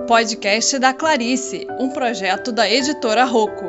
Podcast da Clarice, um projeto da editora Rocco.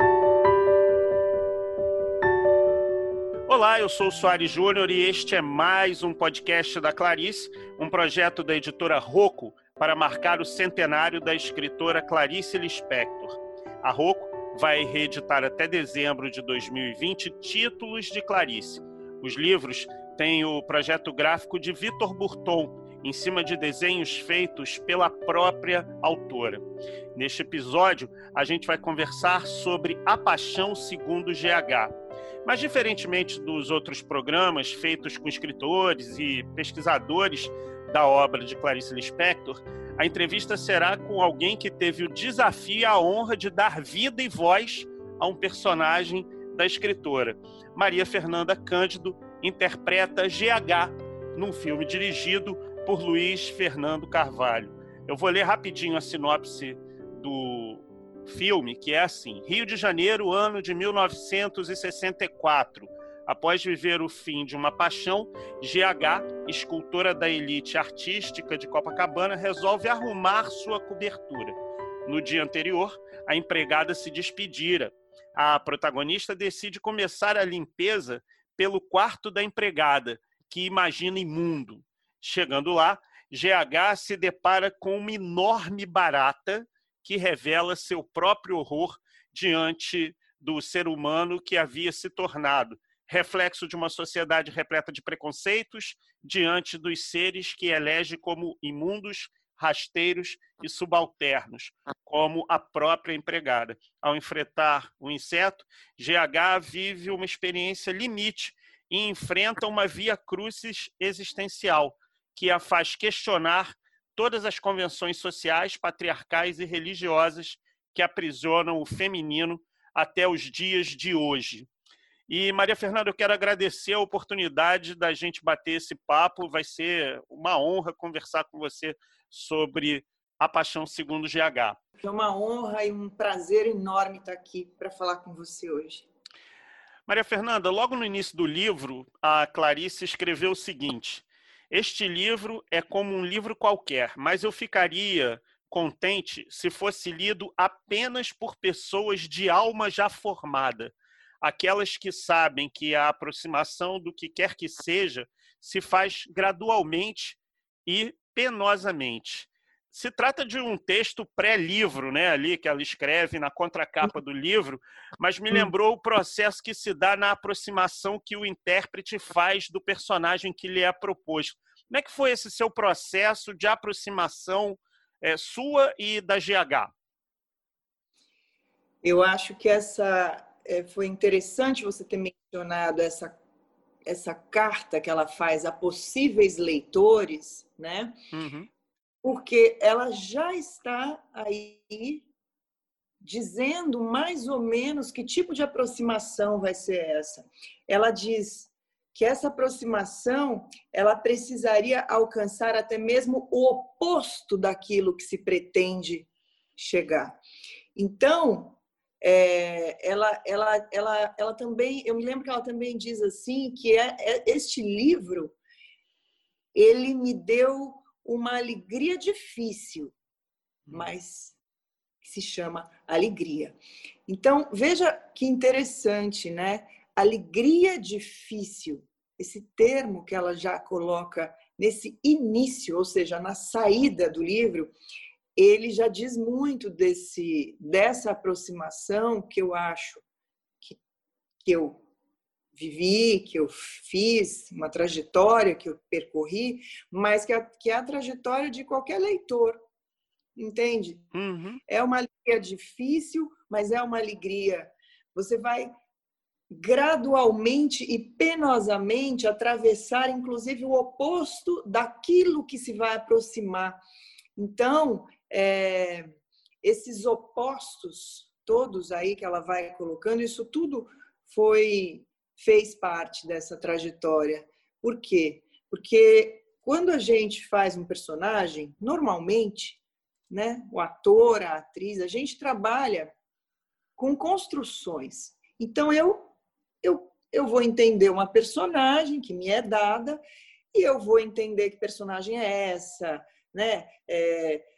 Olá, eu sou o Soares Júnior e este é mais um podcast da Clarice, um projeto da editora Rocco para marcar o centenário da escritora Clarice Lispector. A Rocco vai reeditar até dezembro de 2020 títulos de Clarice. Os livros têm o projeto gráfico de Vitor Burton, em cima de desenhos feitos pela própria autora. Neste episódio, a gente vai conversar sobre A Paixão segundo GH. Mas, diferentemente dos outros programas feitos com escritores e pesquisadores da obra de Clarice Lispector, a entrevista será com alguém que teve o desafio e a honra de dar vida e voz a um personagem da escritora. Maria Fernanda Cândido interpreta GH num filme dirigido por Luiz Fernando Carvalho. Eu vou ler rapidinho a sinopse do filme, que é assim: Rio de Janeiro, ano de 1964. Após viver o fim de uma paixão, GH, escultora da elite artística de Copacabana, resolve arrumar sua cobertura. No dia anterior, a empregada se despedira. A protagonista decide começar a limpeza pelo quarto da empregada, que imagina imundo. Chegando lá, GH se depara com uma enorme barata que revela seu próprio horror diante do ser humano que havia se tornado, reflexo de uma sociedade repleta de preconceitos diante dos seres que elege como imundos, rasteiros e subalternos, como a própria empregada. Ao enfrentar o inseto, GH vive uma experiência limite e enfrenta uma via crucis existencial, que a faz questionar todas as convenções sociais, patriarcais e religiosas que aprisionam o feminino até os dias de hoje. E, Maria Fernanda, eu quero agradecer a oportunidade da gente bater esse papo. Vai ser uma honra conversar com você sobre A Paixão segundo GH. É uma honra e um prazer enorme estar aqui para falar com você hoje. Maria Fernanda, logo no início do livro, a Clarice escreveu o seguinte: este livro é como um livro qualquer, mas eu ficaria contente se fosse lido apenas por pessoas de alma já formada, aquelas que sabem que a aproximação do que quer que seja se faz gradualmente e penosamente. Se trata de um texto pré-livro, né, ali que ela escreve na contracapa do livro, mas me lembrou o processo que se dá na aproximação que o intérprete faz do personagem que lhe é proposto. Como é que foi esse seu processo de aproximação sua e da GH? Eu acho que foi interessante você ter mencionado essa carta que ela faz a possíveis leitores, né? Uhum. Porque ela já está aí dizendo mais ou menos que tipo de aproximação vai ser essa. Ela diz que essa aproximação ela precisaria alcançar até mesmo o oposto daquilo que se pretende chegar. Então, ela também, eu me lembro que ela também diz assim que este livro ele me deu uma alegria difícil, mas que se chama alegria. Então, veja que interessante, né? Alegria difícil, esse termo que ela já coloca nesse início, ou seja, na saída do livro, ele já diz muito dessa aproximação que eu acho que eu vivi, que eu fiz, uma trajetória que eu percorri, mas que é a trajetória de qualquer leitor, entende? Uhum. É uma alegria difícil, mas é uma alegria. Você vai gradualmente e penosamente atravessar, inclusive, o oposto daquilo que se vai aproximar. Então, esses opostos todos aí que ela vai colocando, isso tudo fez parte dessa trajetória. Por quê? Porque quando a gente faz um personagem, normalmente, né, o ator, a atriz, a gente trabalha com construções. Então, eu vou entender uma personagem que me é dada e eu vou entender que personagem é essa, né?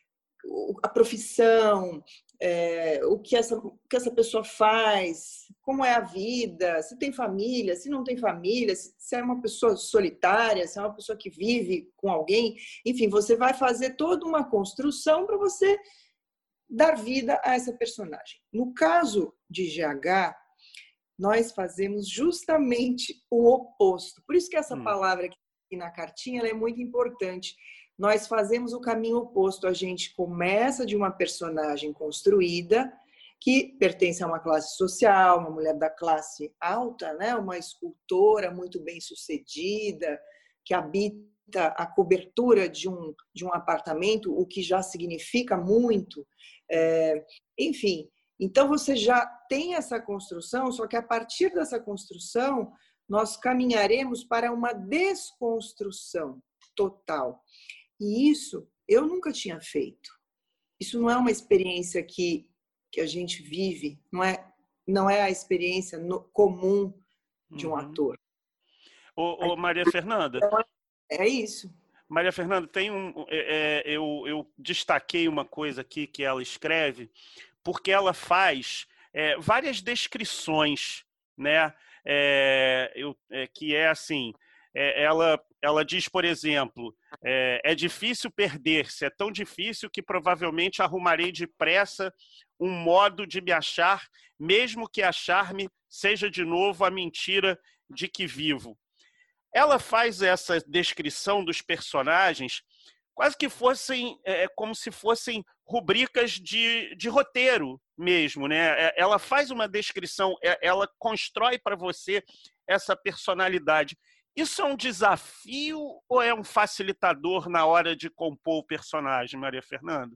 a profissão, o que essa pessoa faz, como é a vida, se tem família, se não tem família, se é uma pessoa solitária, se é uma pessoa que vive com alguém. Enfim, você vai fazer toda uma construção para você dar vida a essa personagem. No caso de GH, nós fazemos justamente o oposto. Por isso que essa palavra aqui na cartinha ela é muito importante. Nós fazemos o caminho oposto. A gente começa de uma personagem construída que pertence a uma classe social, uma mulher da classe alta, né? Uma escultora muito bem sucedida, que habita a cobertura de um apartamento, o que já significa muito. Enfim, então você já tem essa construção, só que a partir dessa construção nós caminharemos para uma desconstrução total. E isso eu nunca tinha feito. Isso não é uma experiência que a gente vive, não é a experiência comum de um ator. Ô, Maria Fernanda. Então, é isso. Maria Fernanda, tem eu destaquei uma coisa aqui que ela escreve, porque ela faz várias descrições, né? Que é assim, ela diz, por exemplo, é difícil perder-se, é tão difícil que provavelmente arrumarei depressa um modo de me achar, mesmo que achar-me seja de novo a mentira de que vivo. Ela faz essa descrição dos personagens quase que fossem, como se fossem rubricas de roteiro mesmo, né? Ela faz uma descrição, ela constrói para você essa personalidade. Isso é um desafio ou é um facilitador na hora de compor o personagem, Maria Fernanda?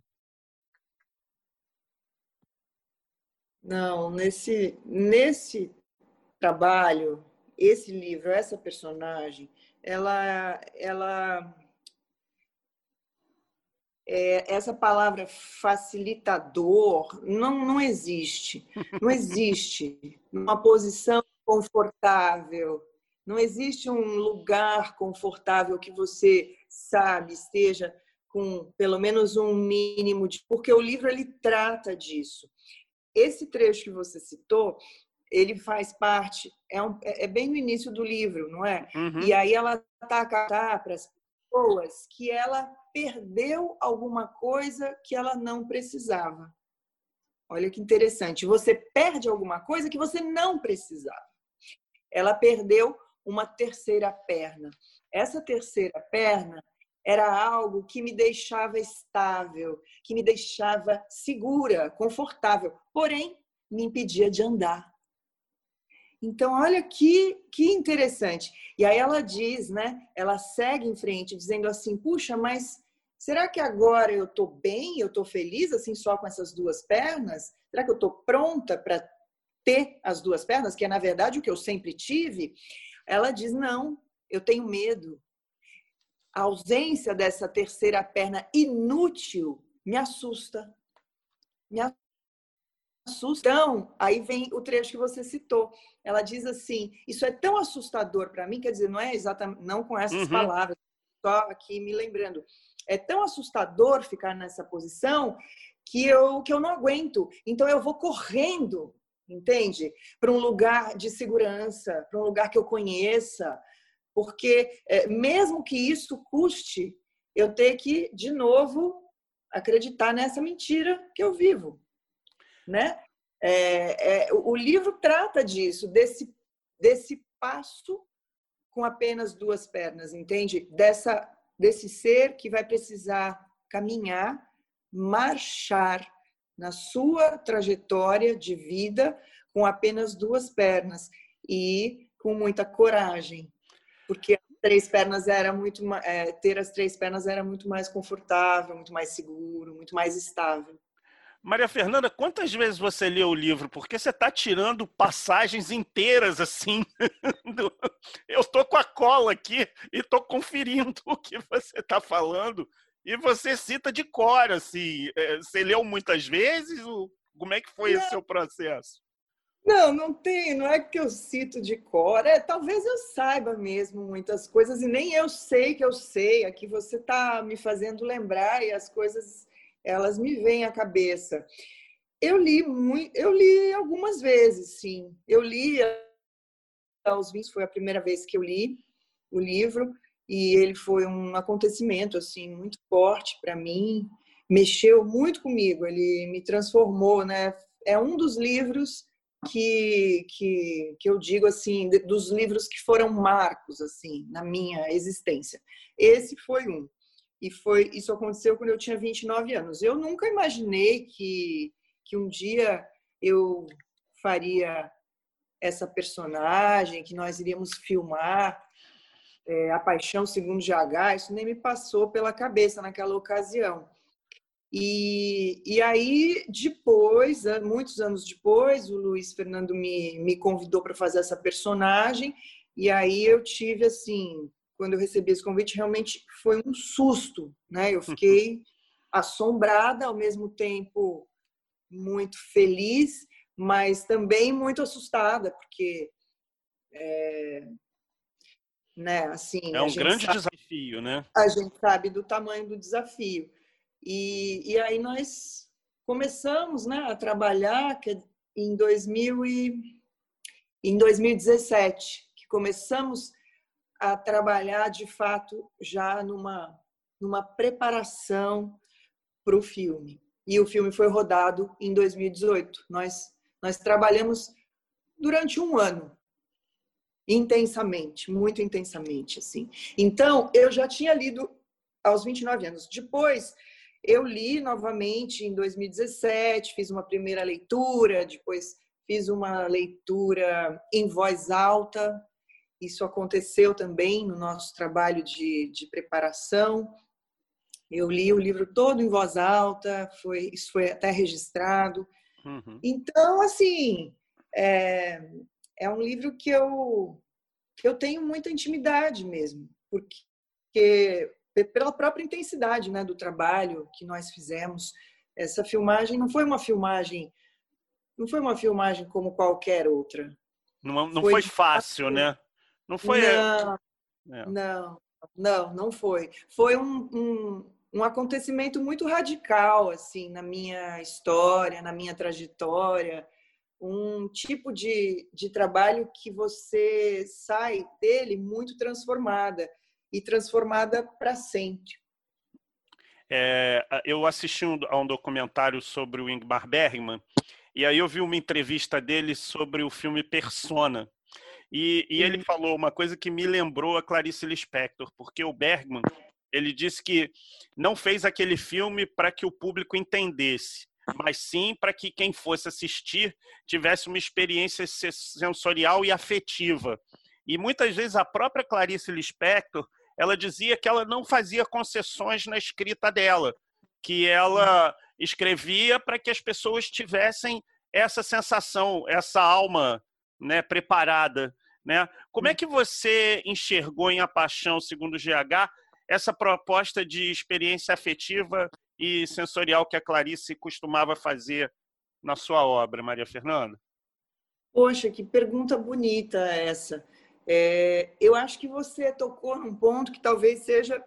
Não, nesse trabalho, esse livro, essa personagem, essa palavra facilitador não existe. Não existe uma posição confortável. Não existe um lugar confortável que você sabe esteja com pelo menos um mínimo de... Porque o livro ele trata disso. Esse trecho que você citou, ele faz parte... É bem no início do livro, não é? Uhum. E aí ela está para as pessoas que ela perdeu alguma coisa que ela não precisava. Olha que interessante. Você perde alguma coisa que você não precisava. Ela perdeu uma terceira perna. Essa terceira perna era algo que me deixava estável, que me deixava segura, confortável, porém me impedia de andar. Então, olha que interessante. E aí ela diz, né? Ela segue em frente, dizendo assim, puxa, mas será que agora eu estou bem, eu estou feliz assim só com essas duas pernas? Será que eu estou pronta para ter as duas pernas, que é, na verdade, o que eu sempre tive? Ela diz, não, eu tenho medo. A ausência dessa terceira perna inútil me assusta. Me assusta. Então, aí vem o trecho que você citou. Ela diz assim, isso é tão assustador para mim, quer dizer, não é exatamente, não com essas palavras, só aqui me lembrando. É tão assustador ficar nessa posição que eu não aguento. Então, eu vou correndo, entende? Para um lugar de segurança, para um lugar que eu conheça, porque mesmo que isso custe, eu ter que, de novo, acreditar nessa mentira que eu vivo. Né? O livro trata disso, desse passo com apenas duas pernas, entende? Desse ser que vai precisar caminhar, marchar na sua trajetória de vida com apenas duas pernas e com muita coragem, porque três pernas era ter as três pernas era muito mais confortável, muito mais seguro, muito mais estável. Maria Fernanda, quantas vezes você leu o livro? Porque você está tirando passagens inteiras assim. Eu estou com a cola aqui e estou conferindo o que você está falando. E você cita de cor, assim. Você leu muitas vezes? Como é que foi esse seu processo? Não tem, não é que eu cito de cor. Talvez eu saiba mesmo muitas coisas e nem eu sei que eu sei. Aqui você está me fazendo lembrar e as coisas elas me vêm à cabeça. Eu li algumas vezes, sim. Eu li aos 20, foi a primeira vez que eu li o livro, e ele foi um acontecimento assim muito forte para mim, mexeu muito comigo, ele me transformou, né? É um dos livros que eu digo assim, dos livros que foram marcos assim na minha existência. Esse foi um. E isso aconteceu quando eu tinha 29 anos. Eu nunca imaginei que um dia eu faria essa personagem, que nós iríamos filmar A Paixão Segundo GH, isso nem me passou pela cabeça naquela ocasião. E aí, depois, muitos anos depois, o Luiz Fernando me convidou para fazer essa personagem, e aí eu tive, assim, quando eu recebi esse convite, realmente foi um susto, né? Eu fiquei assombrada, ao mesmo tempo muito feliz, mas também muito assustada, porque né, assim, É um grande desafio, né? a gente sabe do tamanho do desafio. E aí nós começamos, né, a trabalhar em 2017, que começamos a trabalhar de fato já numa preparação para o filme. E o filme foi rodado em 2018. Nós trabalhamos durante um ano, intensamente, muito intensamente, assim. Então, eu já tinha lido aos 29 anos. Depois, eu li novamente em 2017, fiz uma primeira leitura, depois fiz uma leitura em voz alta. Isso aconteceu também no nosso trabalho de preparação. Eu li o livro todo em voz alta, isso foi até registrado. Uhum. Então, assim, é um livro que eu tenho muita intimidade mesmo, porque pela própria intensidade, né, do trabalho que nós fizemos. Essa filmagem não foi uma filmagem como qualquer outra. Não foi fácil, né? Não foi. Não foi. Foi um acontecimento muito radical assim na minha história, na minha trajetória. Um tipo de trabalho que você sai dele muito transformada e transformada para sempre. Eu assisti a um documentário sobre o Ingmar Bergman, e aí eu vi uma entrevista dele sobre o filme Persona. E ele falou uma coisa que me lembrou a Clarice Lispector, porque o Bergman, ele disse que não fez aquele filme para que o público entendesse, mas sim para que quem fosse assistir tivesse uma experiência sensorial e afetiva. E muitas vezes a própria Clarice Lispector, ela dizia que ela não fazia concessões na escrita dela, que ela escrevia para que as pessoas tivessem essa sensação, essa alma, né, preparada, né? Como é que você enxergou em A Paixão Segundo GH essa proposta de experiência afetiva e sensorial que a Clarice costumava fazer na sua obra, Maria Fernanda? Poxa, que pergunta bonita essa. Eu acho que você tocou num ponto que talvez seja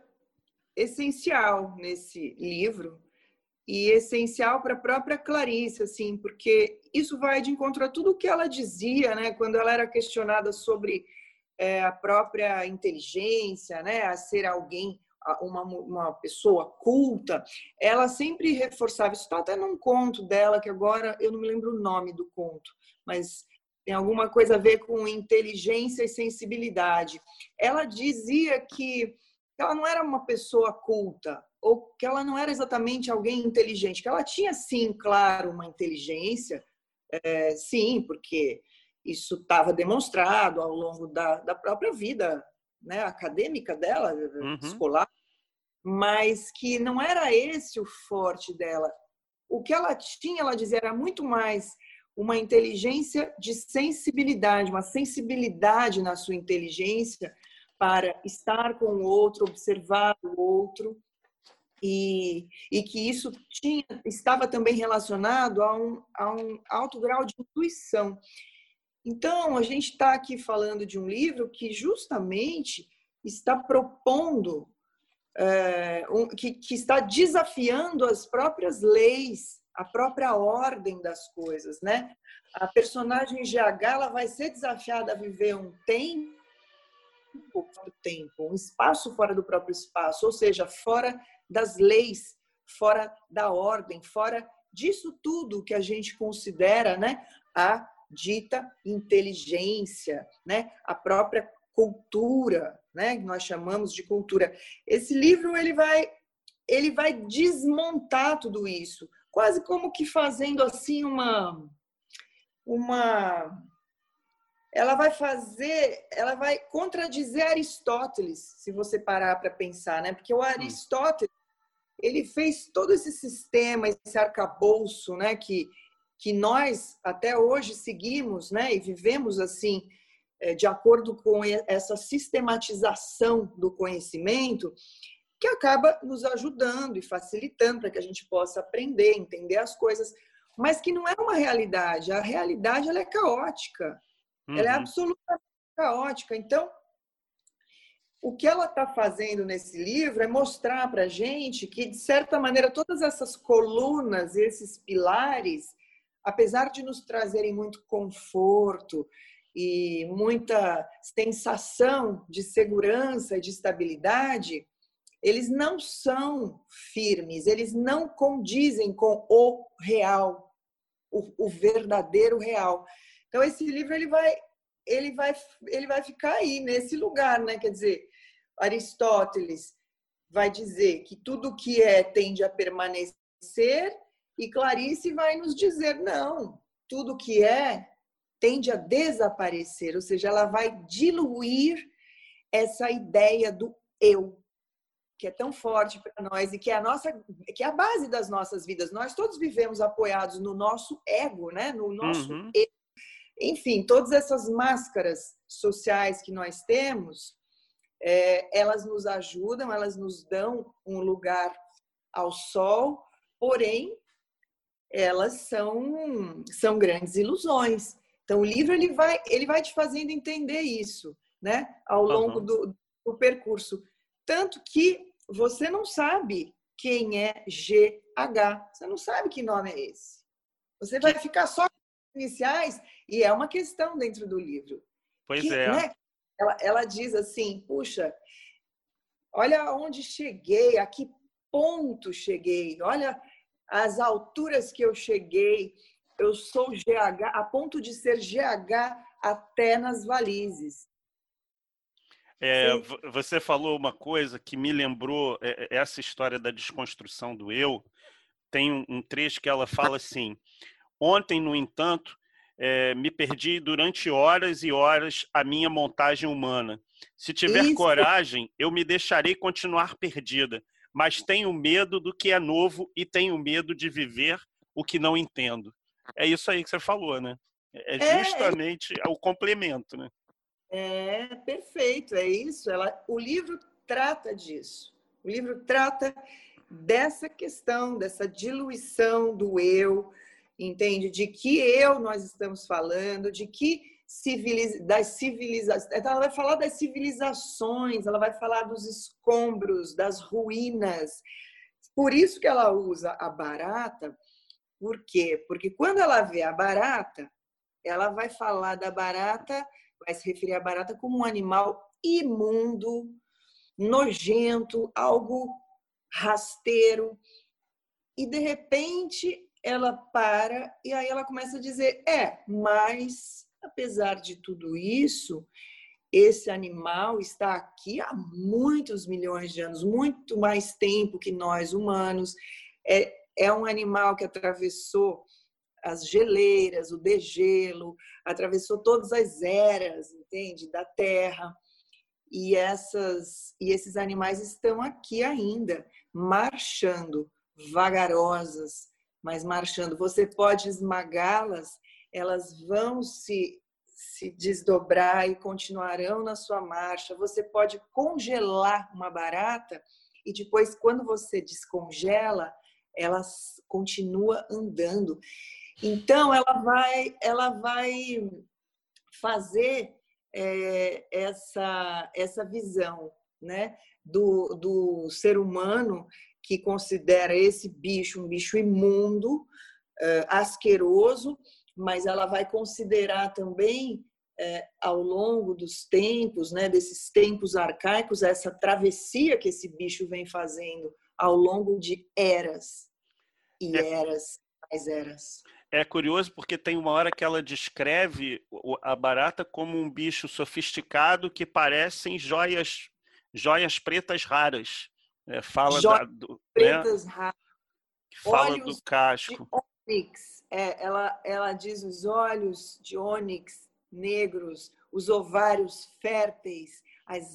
essencial nesse livro e essencial para a própria Clarice, assim, porque isso vai de encontro a tudo o que ela dizia, né, quando ela era questionada sobre a própria inteligência, né, a ser alguém, uma pessoa culta. Ela sempre reforçava, isso está até num conto dela, que agora eu não me lembro o nome do conto, mas tem alguma coisa a ver com inteligência e sensibilidade. Ela dizia que ela não era uma pessoa culta, ou que ela não era exatamente alguém inteligente, que ela tinha, sim, claro, uma inteligência, sim, porque isso estava demonstrado ao longo da própria vida, né, acadêmica dela, escolar, mas que não era esse o forte dela. O que ela tinha, ela dizia, era muito mais uma inteligência de sensibilidade, uma sensibilidade na sua inteligência para estar com o outro, observar o outro, e que isso estava também relacionado a um alto grau de intuição. Então, a gente está aqui falando de um livro que justamente está propondo que está desafiando as próprias leis, a própria ordem das coisas, né? A personagem GH, ela vai ser desafiada a viver um tempo, um espaço fora do próprio espaço, ou seja, fora das leis, fora da ordem, fora disso tudo que a gente considera, né, a dita inteligência, né, a própria cultura, né, que nós chamamos de cultura. Esse livro ele vai desmontar tudo isso, quase como que fazendo assim ela vai contradizer Aristóteles, se você parar para pensar, né? Porque o Aristóteles, ele fez todo esse sistema, esse arcabouço, né, que nós até hoje seguimos, né, e vivemos assim, de acordo com essa sistematização do conhecimento, que acaba nos ajudando e facilitando para que a gente possa aprender, entender as coisas, mas que não é uma realidade. A realidade, ela é caótica. Ela é absolutamente caótica. Então, o que ela está fazendo nesse livro é mostrar para a gente que, de certa maneira, todas essas colunas, esses pilares, apesar de nos trazerem muito conforto e muita sensação de segurança e de estabilidade, eles não são firmes, eles não condizem com o real, o verdadeiro real. Então, esse livro ele vai ficar aí, nesse lugar, né? Quer dizer, Aristóteles vai dizer que tudo que é tende a permanecer e Clarice vai nos dizer, não, tudo que é tende a desaparecer, ou seja, ela vai diluir essa ideia do eu, que é tão forte para nós e que é a base das nossas vidas. Nós todos vivemos apoiados no nosso ego, né? No nosso eu. Enfim, todas essas máscaras sociais que nós temos, elas nos ajudam, elas nos dão um lugar ao sol, porém, elas são grandes ilusões. Então, o livro ele vai te fazendo entender isso, né? Ao longo do percurso. Tanto que você não sabe quem é GH. Você não sabe que nome é esse. Você vai ficar só com os iniciais e é uma questão dentro do livro. Pois é. Né? Ela diz assim, puxa, olha onde cheguei, a que ponto cheguei, olha as alturas que eu cheguei, eu sou GH, a ponto de ser GH até nas varizes. Você falou uma coisa que me lembrou essa história da desconstrução do eu. Tem um trecho que ela fala assim: ontem, no entanto, me perdi durante horas e horas a minha montagem humana. Se tiver coragem, eu me deixarei continuar perdida, mas tenho medo do que é novo e tenho medo de viver o que não entendo. É isso aí que você falou, né? É justamente o complemento, né? Perfeito, é isso. O livro trata disso. O livro trata dessa questão, dessa diluição do eu, entende? De que eu nós estamos falando, de que das civilizações. Ela vai falar das civilizações, ela vai falar dos escombros, das ruínas. Por isso que ela usa a barata. Por quê? Porque quando ela vê a barata, ela vai falar da barata, vai se referir à barata como um animal imundo, nojento, algo rasteiro. E, de repente, ela para e aí ela começa a dizer, mas, apesar de tudo isso, esse animal está aqui há muitos milhões de anos, muito mais tempo que nós humanos. É um animal que atravessou as geleiras, o degelo, atravessou todas as eras, entende? Da Terra. E esses animais estão aqui ainda, marchando, vagarosas, mas marchando. Você pode esmagá-las, elas vão se desdobrar e continuarão na sua marcha. Você pode congelar uma barata e depois, quando você descongela, ela continua andando. Então, ela vai fazer essa visão né, do ser humano, que considera esse bicho um bicho imundo, asqueroso, mas ela vai considerar também, ao longo dos tempos, né, desses tempos arcaicos, essa travessia que esse bicho vem fazendo ao longo de eras e eras, mais eras. É curioso porque tem uma hora que ela descreve a barata como um bicho sofisticado que parecem joias pretas raras. Fala Joias pretas né? raras. Fala do Olhos casco. de ônix. Ela diz os olhos de ônix negros, os ovários férteis, as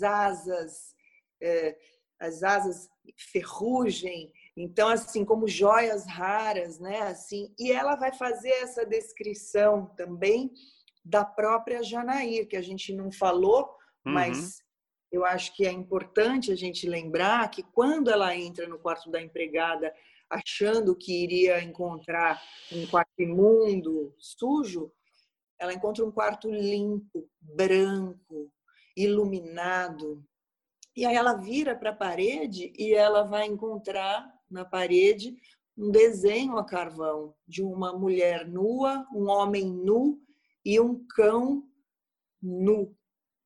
asas ferrugem. Então, assim, como joias raras, né? Assim, e ela vai fazer essa descrição também da própria Janaír, que a gente não falou, mas eu acho que é importante a gente lembrar que quando ela entra no quarto da empregada achando que iria encontrar um quarto imundo, sujo, ela encontra um quarto limpo, branco, iluminado. E aí ela vira para a parede e ela vai encontrar na parede um desenho a carvão de uma mulher nua, um homem nu e um cão nu.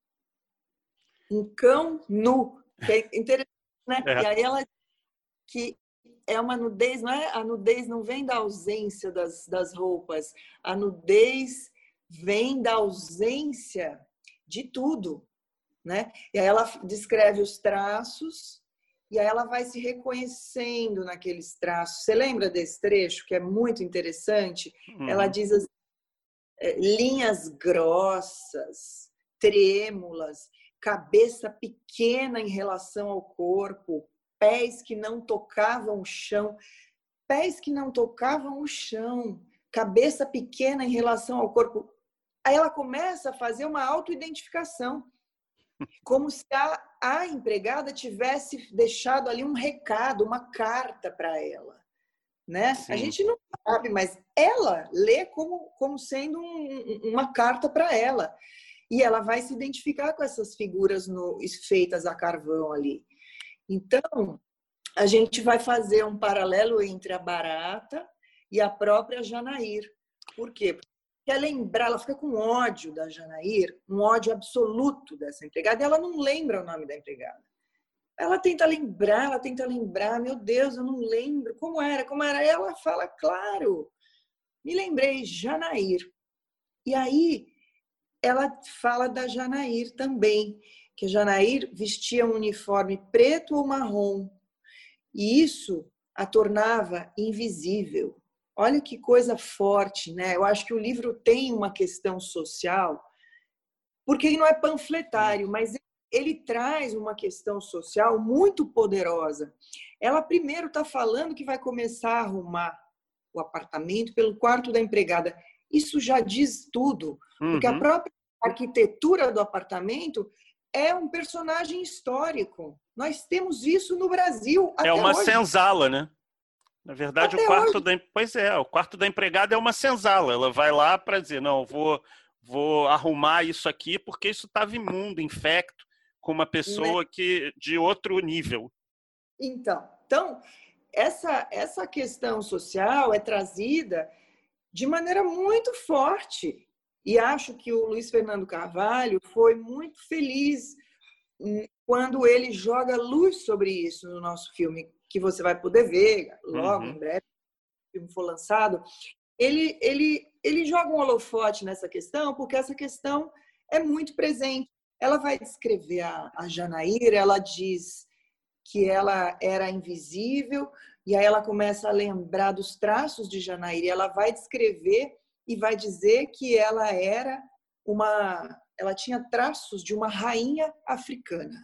Um cão nu, que é interessante, né? E aí ela que é uma nudez, não é? A nudez não vem da ausência das roupas, a nudez vem da ausência de tudo, né? E aí ela descreve os traços e aí ela vai se reconhecendo naqueles traços. Você lembra desse trecho que é muito interessante? Ela diz assim, linhas grossas, trêmulas, cabeça pequena em relação ao corpo, pés que não tocavam o chão, cabeça pequena em relação ao corpo. Aí ela começa a fazer uma autoidentificação, como se a empregada tivesse deixado ali um recado, uma carta para ela, né? A gente não sabe, mas ela lê como sendo uma carta para ela. E ela vai se identificar com essas figuras feitas a carvão ali. Então, a gente vai fazer um paralelo entre a barata e a própria Janaír. Por quê? Porque quer lembrar, ela fica com ódio da Janaír, um ódio absoluto dessa empregada, e ela não lembra o nome da empregada. Ela tenta lembrar, meu Deus, eu não lembro, como era? Ela fala, claro, me lembrei, Janaír. E aí, ela fala da Janaír também, que a Janaír vestia um uniforme preto ou marrom, e isso a tornava invisível. Olha que coisa forte, né? Eu acho que o livro tem uma questão social, porque ele não é panfletário, mas ele traz uma questão social muito poderosa. Ela primeiro está falando que vai começar a arrumar o apartamento pelo quarto da empregada. Isso já diz tudo, porque a própria arquitetura do apartamento é um personagem histórico. Nós temos isso no Brasil até hoje. É uma senzala, né? Na verdade, até o quarto da empregada é uma senzala. Ela vai lá para dizer, não, vou arrumar isso aqui porque isso estava imundo, infecto, com uma pessoa de outro nível. Então essa questão social é trazida de maneira muito forte. E acho que o Luiz Fernando Carvalho foi muito feliz quando ele joga luz sobre isso no nosso filme, que você vai poder ver logo, em breve, o filme for lançado. Ele joga um holofote nessa questão, porque essa questão é muito presente. Ela vai descrever a Janaír, ela diz que ela era invisível, e aí ela começa a lembrar dos traços de Janaír, e ela vai descrever e vai dizer que ela tinha traços de uma rainha africana.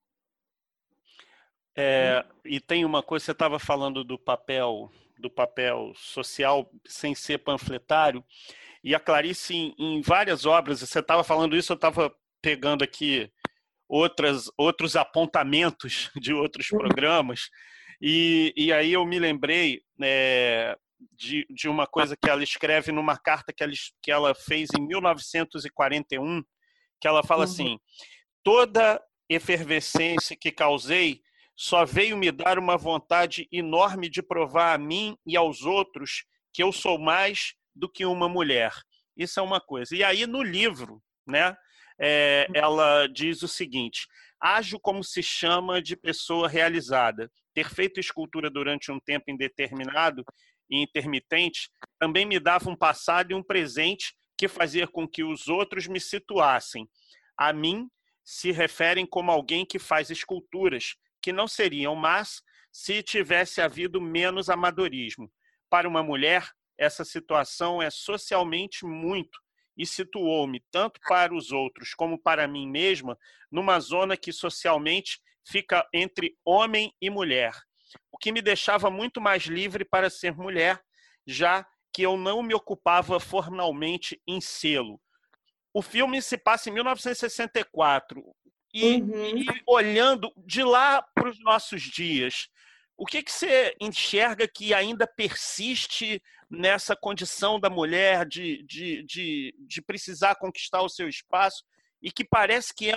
E tem uma coisa, você estava falando do papel social sem ser panfletário, e a Clarice, em várias obras, você estava falando isso, eu estava pegando aqui outros apontamentos de outros programas, e aí eu me lembrei de uma coisa que ela escreve numa carta que ela fez em 1941, que ela fala assim, toda efervescência que causei só veio me dar uma vontade enorme de provar a mim e aos outros que eu sou mais do que uma mulher. Isso é uma coisa. E aí, no livro, né, ela diz o seguinte: ajo como se chama de pessoa realizada. Ter feito escultura durante um tempo indeterminado e intermitente também me dava um passado e um presente que fazia com que os outros me situassem. A mim se referem como alguém que faz esculturas, que não seriam más se tivesse havido menos amadorismo. Para uma mulher, essa situação é socialmente muito e situou-me, tanto para os outros como para mim mesma, numa zona que socialmente fica entre homem e mulher, o que me deixava muito mais livre para ser mulher, já que eu não me ocupava formalmente em sê-lo. O filme se passa em 1964 e olhando de lá para os nossos dias, o que você enxerga que ainda persiste nessa condição da mulher de precisar conquistar o seu espaço e que parece que é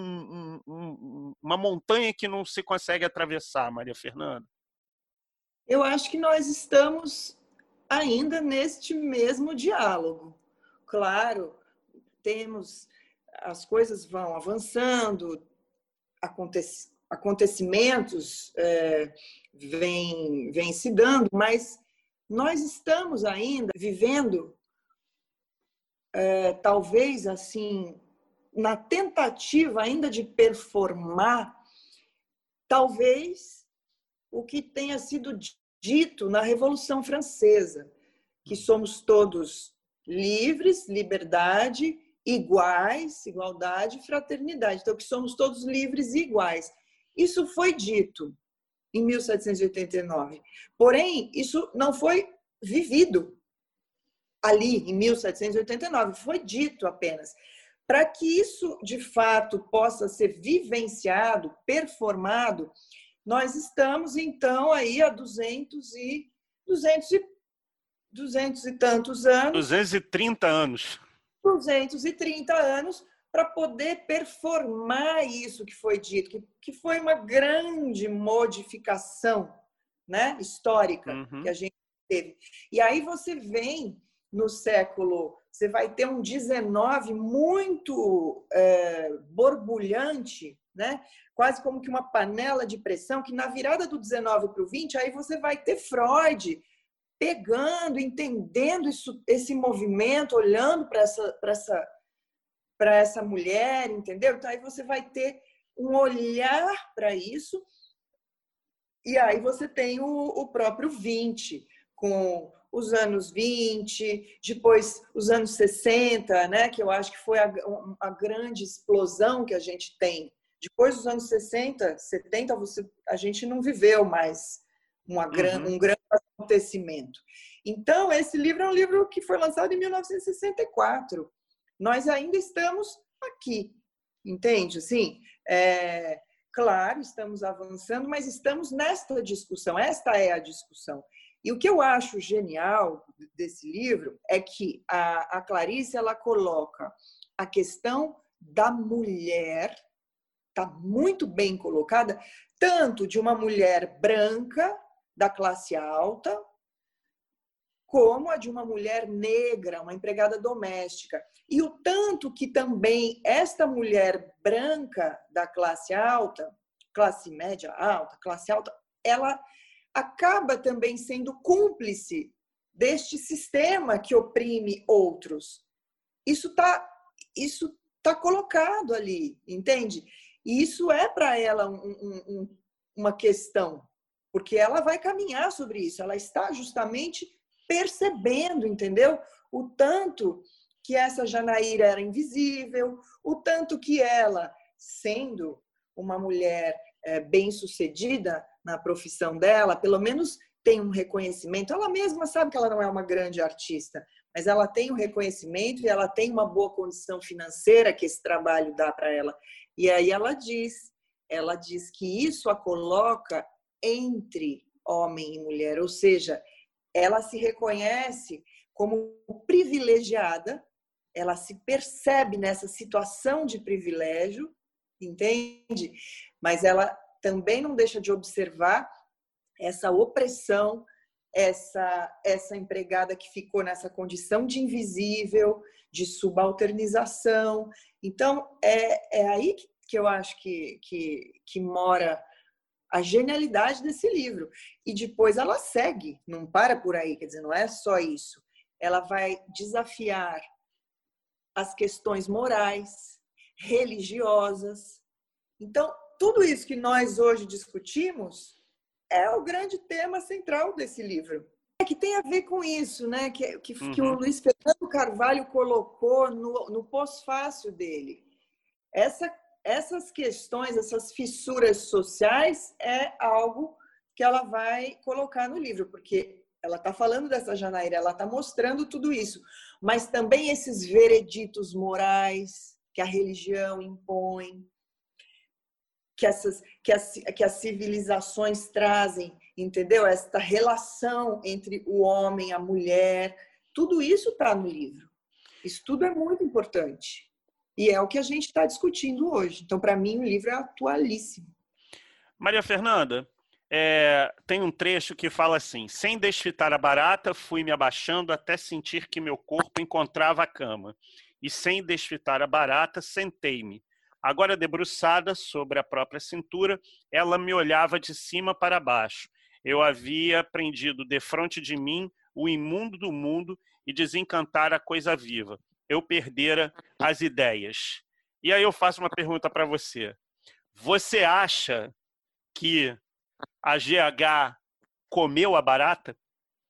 uma montanha que não se consegue atravessar, Maria Fernanda? Eu acho que nós estamos ainda neste mesmo diálogo. Claro, as coisas vão avançando, acontecimentos vêm se dando, mas nós estamos ainda vivendo, talvez assim, na tentativa ainda de performar, talvez o que tenha sido dito na Revolução Francesa, que somos todos livres, liberdade, iguais, igualdade e fraternidade. Então, que somos todos livres e iguais. Isso foi dito em 1789. Porém, isso não foi vivido ali em 1789. Foi dito apenas. Para que isso, de fato, possa ser vivenciado, performado, nós estamos, então, aí há 200 e tantos anos. 230 anos. 230 anos para poder performar isso que foi dito, que foi uma grande modificação, né, histórica que a gente teve. E aí você vem no século, você vai ter um 19 muito borbulhante, né? Quase como que uma panela de pressão, que na virada do 19 para o 20, aí você vai ter Freud pegando, entendendo esse movimento, olhando para essa mulher, entendeu? Então aí você vai ter um olhar para isso, e aí você tem o próprio 20, com os anos 20, depois os anos 60, né, que eu acho que foi a grande explosão que a gente tem. Depois dos anos 60, 70, a gente não viveu mais um grande acontecimento. Então, esse livro é um livro que foi lançado em 1964. Nós ainda estamos aqui, entende? Assim, claro, estamos avançando, mas estamos nesta discussão. Esta é a discussão. E o que eu acho genial desse livro é que a Clarice ela coloca a questão da mulher, está muito bem colocada, tanto de uma mulher branca, da classe alta, como a de uma mulher negra, uma empregada doméstica. E o tanto que também esta mulher branca da classe alta, classe média alta, classe alta, ela acaba também sendo cúmplice deste sistema que oprime outros. Isso tá colocado ali, entende? E isso é para ela uma questão, porque ela vai caminhar sobre isso, ela está justamente percebendo, entendeu? O tanto que essa Janaíra era invisível, o tanto que ela, sendo uma mulher bem-sucedida na profissão dela, pelo menos tem um reconhecimento. Ela mesma sabe que ela não é uma grande artista, mas ela tem um reconhecimento e ela tem uma boa condição financeira que esse trabalho dá para ela. E aí ela diz que isso a coloca entre homem e mulher, ou seja, ela se reconhece como privilegiada, ela se percebe nessa situação de privilégio, entende? Mas ela também não deixa de observar essa opressão, essa empregada que ficou nessa condição de invisível, de subalternização. Então, é aí que eu acho que mora a genialidade desse livro. E depois ela segue, não para por aí, quer dizer, não é só isso. Ela vai desafiar as questões morais, religiosas. Então, tudo isso que nós hoje discutimos é o grande tema central desse livro. É que tem a ver com isso, né? Que o Luiz Fernando Carvalho colocou no pós-fácil dele. Essas questões, essas fissuras sociais é algo que ela vai colocar no livro, porque ela está falando dessa Janaíra, ela está mostrando tudo isso, mas também esses vereditos morais que a religião impõe, que as civilizações trazem, entendeu? Esta relação entre o homem e a mulher, tudo isso está no livro. Isso tudo é muito importante. E é o que a gente está discutindo hoje. Então, para mim, o livro é atualíssimo. Maria Fernanda, tem um trecho que fala assim: sem desfitar a barata, fui me abaixando até sentir que meu corpo encontrava a cama. E sem desfitar a barata, sentei-me. Agora debruçada sobre a própria cintura, ela me olhava de cima para baixo. Eu havia prendido defronte de mim o imundo do mundo e desencantar a coisa viva. Eu perdera as ideias. E aí eu faço uma pergunta para você. Você acha que a GH comeu a barata?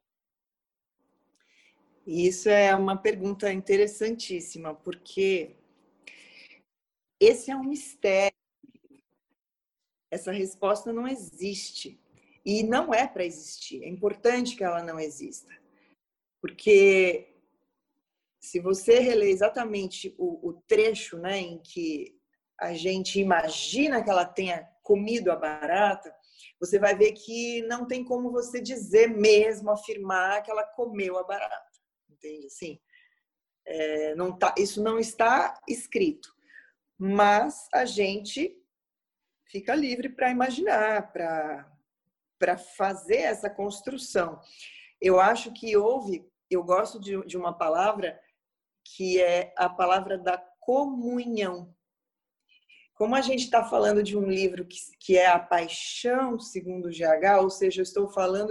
Isso é uma pergunta interessantíssima, porque esse é um mistério. Essa resposta não existe. E não é para existir. É importante que ela não exista. Porque se você reler exatamente o trecho, né, em que a gente imagina que ela tenha comido a barata, você vai ver que não tem como você dizer mesmo, afirmar que ela comeu a barata. Entende? Assim, isso não está escrito. Mas a gente fica livre para imaginar, para fazer essa construção. Eu acho que eu gosto de uma palavra que é a palavra da comunhão. Como a gente está falando de um livro que é a paixão segundo o GH, ou seja, eu estou falando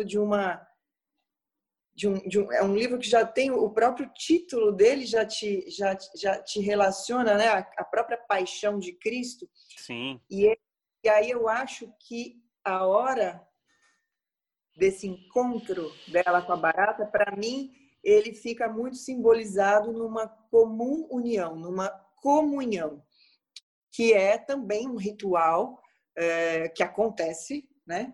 é um livro que já tem o próprio título dele, já te relaciona, né, a própria paixão de Cristo. Sim. E aí eu acho que a hora desse encontro dela com a barata, para mim, ele fica muito simbolizado numa comum união, numa comunhão, que é também um ritual que acontece, né,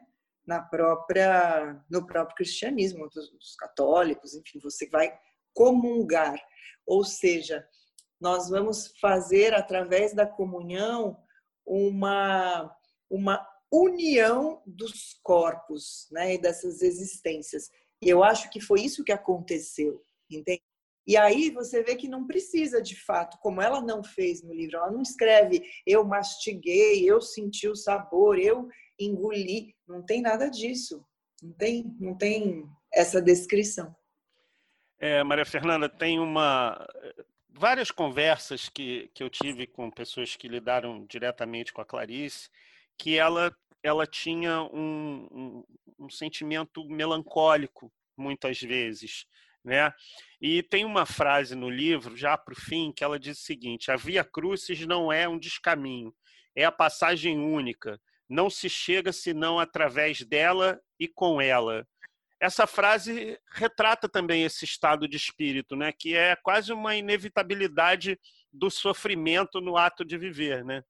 no próprio cristianismo, dos católicos, enfim, você vai comungar, ou seja, nós vamos fazer através da comunhão uma união dos corpos, né, e dessas existências. E eu acho que foi isso que aconteceu, entende? E aí você vê que não precisa, de fato, como ela não fez no livro, ela não escreve eu mastiguei, eu senti o sabor, eu engoli, não tem nada disso, não tem essa descrição. Maria Fernanda, tem várias conversas que eu tive com pessoas que lidaram diretamente com a Clarice, que ela tinha um sentimento melancólico, muitas vezes, né? E tem uma frase no livro, já para o fim, que ela diz o seguinte: a Via Crucis não é um descaminho, é a passagem única, não se chega senão através dela e com ela. Essa frase retrata também esse estado de espírito, né? Que é quase uma inevitabilidade do sofrimento no ato de viver, né?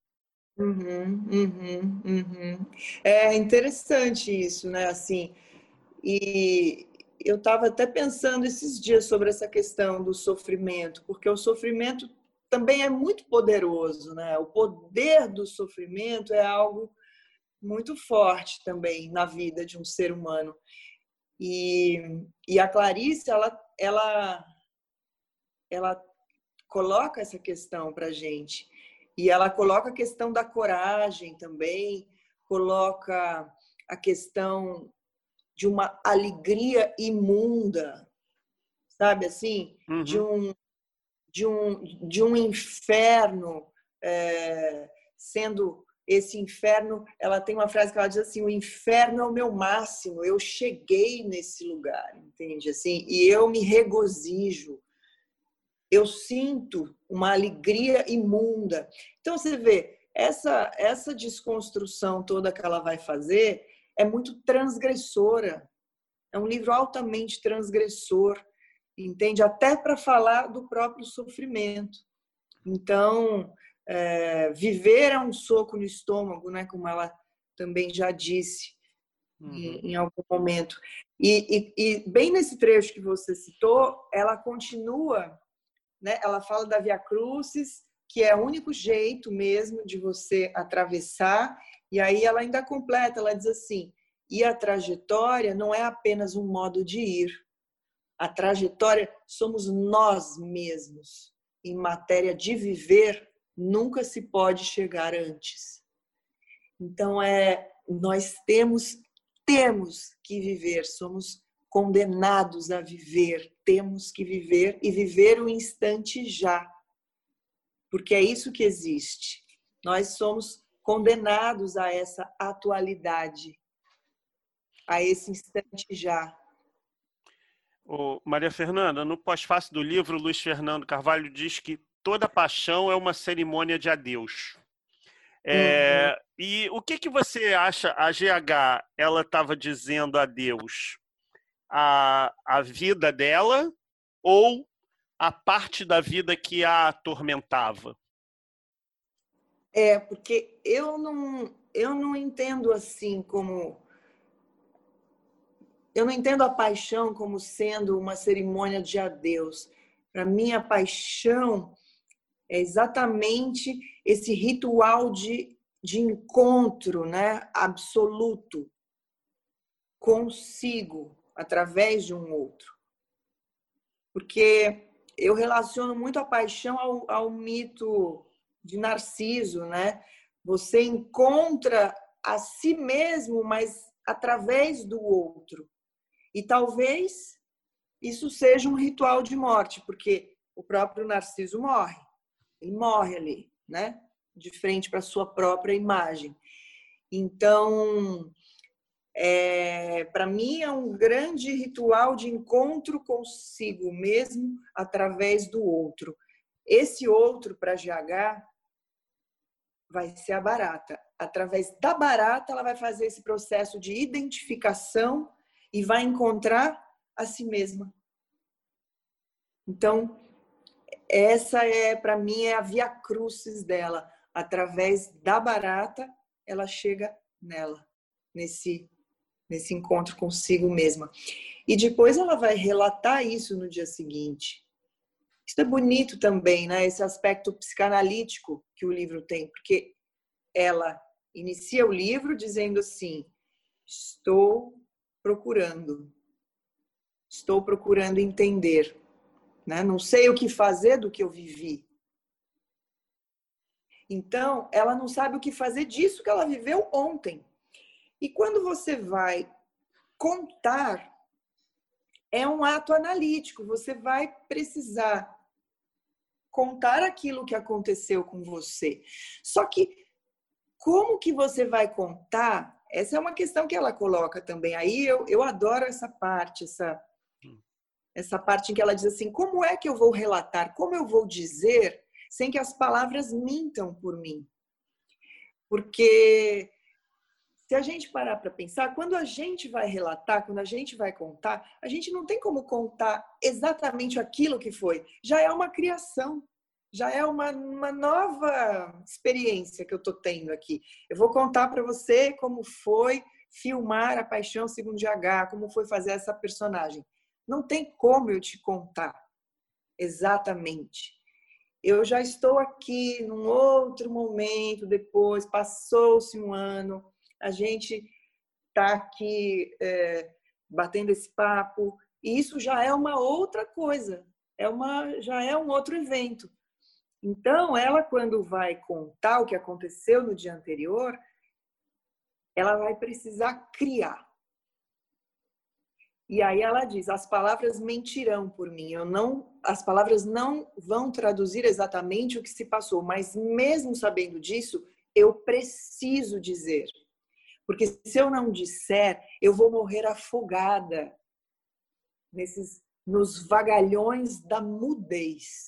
É interessante isso, né? Assim, e eu estava até pensando esses dias sobre essa questão do sofrimento, porque o sofrimento também é muito poderoso, né? O poder do sofrimento é algo muito forte também na vida de um ser humano. E a Clarice, ela coloca essa questão para a gente. E ela coloca a questão da coragem também, coloca a questão de uma alegria imunda, sabe assim? Uhum. De um inferno, sendo esse inferno, ela tem uma frase que ela diz assim: o inferno é o meu máximo, eu cheguei nesse lugar, entende? Assim, e eu me regozijo, eu sinto uma alegria imunda. Então você vê, essa desconstrução toda que ela vai fazer é muito transgressora, é um livro altamente transgressor, entende? Até para falar do próprio sofrimento. Então, viver é um soco no estômago, né? Como ela também já disse em algum momento. E bem nesse trecho que você citou, ela continua, né? Ela fala da Via Crucis, que é o único jeito mesmo de você atravessar. E aí ela ainda completa, ela diz assim: e a trajetória não é apenas um modo de ir. A trajetória somos nós mesmos. Em matéria de viver, nunca se pode chegar antes. Então, nós temos que viver, somos condenados a viver, temos que viver e viver o instante já. Porque é isso que existe. Nós somos condenados a essa atualidade, a esse instante já. Maria Fernanda, no pós-fácio do livro, Luiz Fernando Carvalho diz que toda paixão é uma cerimônia de adeus. E o que você acha? A GH, ela estava dizendo adeus à vida dela ou a parte da vida que a atormentava? Porque eu não entendo assim como... Eu não entendo a paixão como sendo uma cerimônia de adeus. Para mim, a paixão é exatamente esse ritual de encontro, né, absoluto consigo, através de um outro. Porque eu relaciono muito a paixão ao mito de Narciso, né? Você encontra a si mesmo, mas através do outro. E talvez isso seja um ritual de morte, porque o próprio Narciso morre. Ele morre ali, né? De frente para a sua própria imagem. Então, para mim, é um grande ritual de encontro consigo mesmo através do outro. Esse outro, para GH, vai ser a barata. Através da barata, ela vai fazer esse processo de identificação e vai encontrar a si mesma. Então, essa para mim, é a via crucis dela. Através da barata, ela chega nela, nesse encontro consigo mesma. E depois ela vai relatar isso no dia seguinte. Isso é bonito também, né? Esse aspecto psicanalítico que o livro tem, porque ela inicia o livro dizendo assim: estou procurando entender, né? Não sei o que fazer do que eu vivi. Então, ela não sabe o que fazer disso que ela viveu ontem. E quando você vai contar, é um ato analítico. Você vai precisar contar aquilo que aconteceu com você. Só que como que você vai contar? Essa é uma questão que ela coloca também. Aí eu adoro essa parte em que ela diz assim: como é que eu vou relatar? Como eu vou dizer sem que as palavras mintam por mim? Porque se a gente parar para pensar, quando a gente vai relatar, quando a gente vai contar, a gente não tem como contar exatamente aquilo que foi. Já é uma criação, já é uma nova experiência que eu estou tendo aqui. Eu vou contar para você como foi filmar A Paixão Segundo GH, como foi fazer essa personagem. Não tem como eu te contar exatamente. Eu já estou aqui num outro momento, depois, passou-se um ano, a gente está aqui batendo esse papo, e isso já é uma outra coisa, já é um outro evento. Então, ela, quando vai contar o que aconteceu no dia anterior, ela vai precisar criar. E aí ela diz: as palavras mentirão por mim. As palavras não vão traduzir exatamente o que se passou, mas mesmo sabendo disso, eu preciso dizer. Porque se eu não disser, eu vou morrer afogada nos vagalhões da mudez.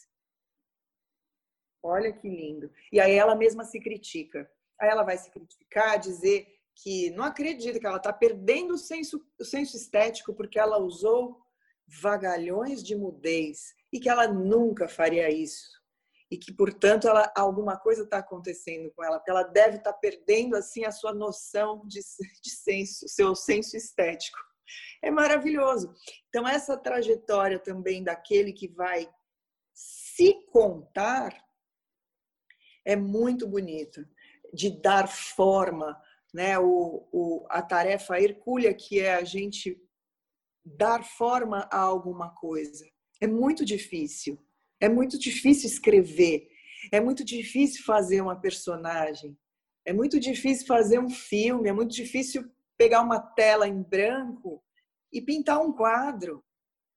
Olha que lindo. E aí ela mesma se critica. Aí ela vai se criticar, dizer que não acredita, que ela está perdendo o senso estético porque ela usou vagalhões de mudez e que ela nunca faria isso. E que, portanto, alguma coisa está acontecendo com ela, porque ela deve estar perdendo assim a sua noção de senso, seu senso estético. É maravilhoso. Então, essa trajetória também daquele que vai se contar é muito bonita, de dar forma, né? A tarefa hercúlea que é a gente dar forma a alguma coisa. É muito difícil. É muito difícil escrever. É muito difícil fazer uma personagem. É muito difícil fazer um filme. É muito difícil pegar uma tela em branco e pintar um quadro.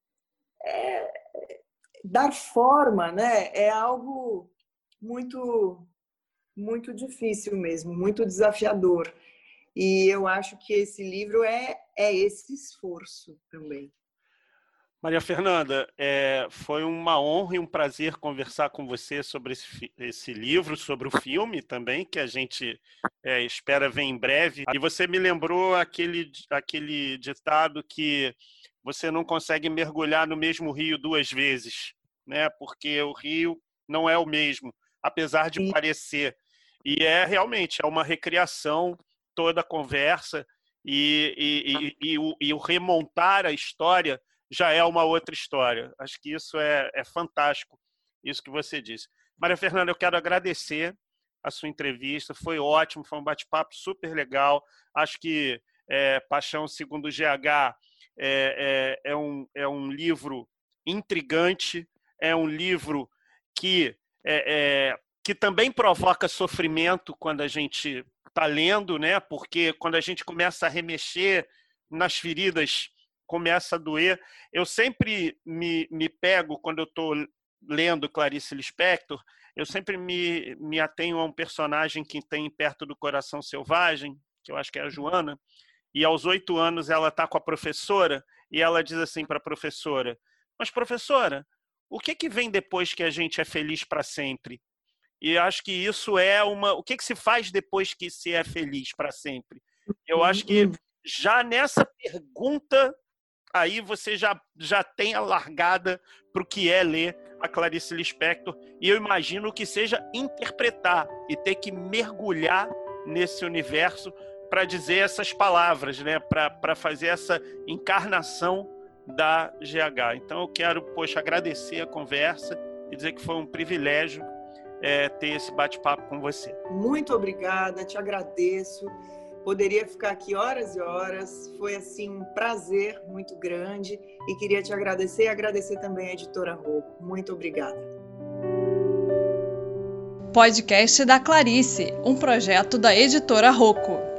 Dar forma, né? É algo muito, muito difícil mesmo, muito desafiador. E eu acho que esse livro é esse esforço também. Maria Fernanda, foi uma honra e um prazer conversar com você sobre esse livro, sobre o filme também, que a gente espera ver em breve. E você me lembrou aquele ditado que você não consegue mergulhar no mesmo rio 2 vezes, né? Porque o rio não é o mesmo, apesar de parecer. E realmente uma recriação toda a conversa e o remontar a história já é uma outra história. Acho que isso é fantástico, isso que você disse. Maria Fernanda, eu quero agradecer a sua entrevista, foi ótimo, foi um bate-papo super legal. Acho que Paixão Segundo GH é um livro intrigante, é um livro que também provoca sofrimento quando a gente está lendo, né? Porque quando a gente começa a remexer nas feridas, começa a doer. Eu sempre me pego, quando eu estou lendo Clarice Lispector, eu sempre me atenho a um personagem que tem Perto do Coração Selvagem, que eu acho que é a Joana, e aos 8 anos ela está com a professora, e ela diz assim para a professora: mas professora, o que vem depois que a gente é feliz para sempre? E acho que isso o que se faz depois que se é feliz para sempre? Eu acho que já nessa pergunta aí você já tem a largada para o que é ler a Clarice Lispector, e eu imagino que seja interpretar e ter que mergulhar nesse universo para dizer essas palavras, né? Para fazer essa encarnação da GH. Então eu quero, agradecer a conversa e dizer que foi um privilégio ter esse bate-papo com você. Muito obrigada, te agradeço. Poderia ficar aqui horas e horas. Foi assim um prazer muito grande e queria te agradecer e agradecer também a Editora Rocco. Muito obrigada. Podcast da Clarice, um projeto da Editora Rocco.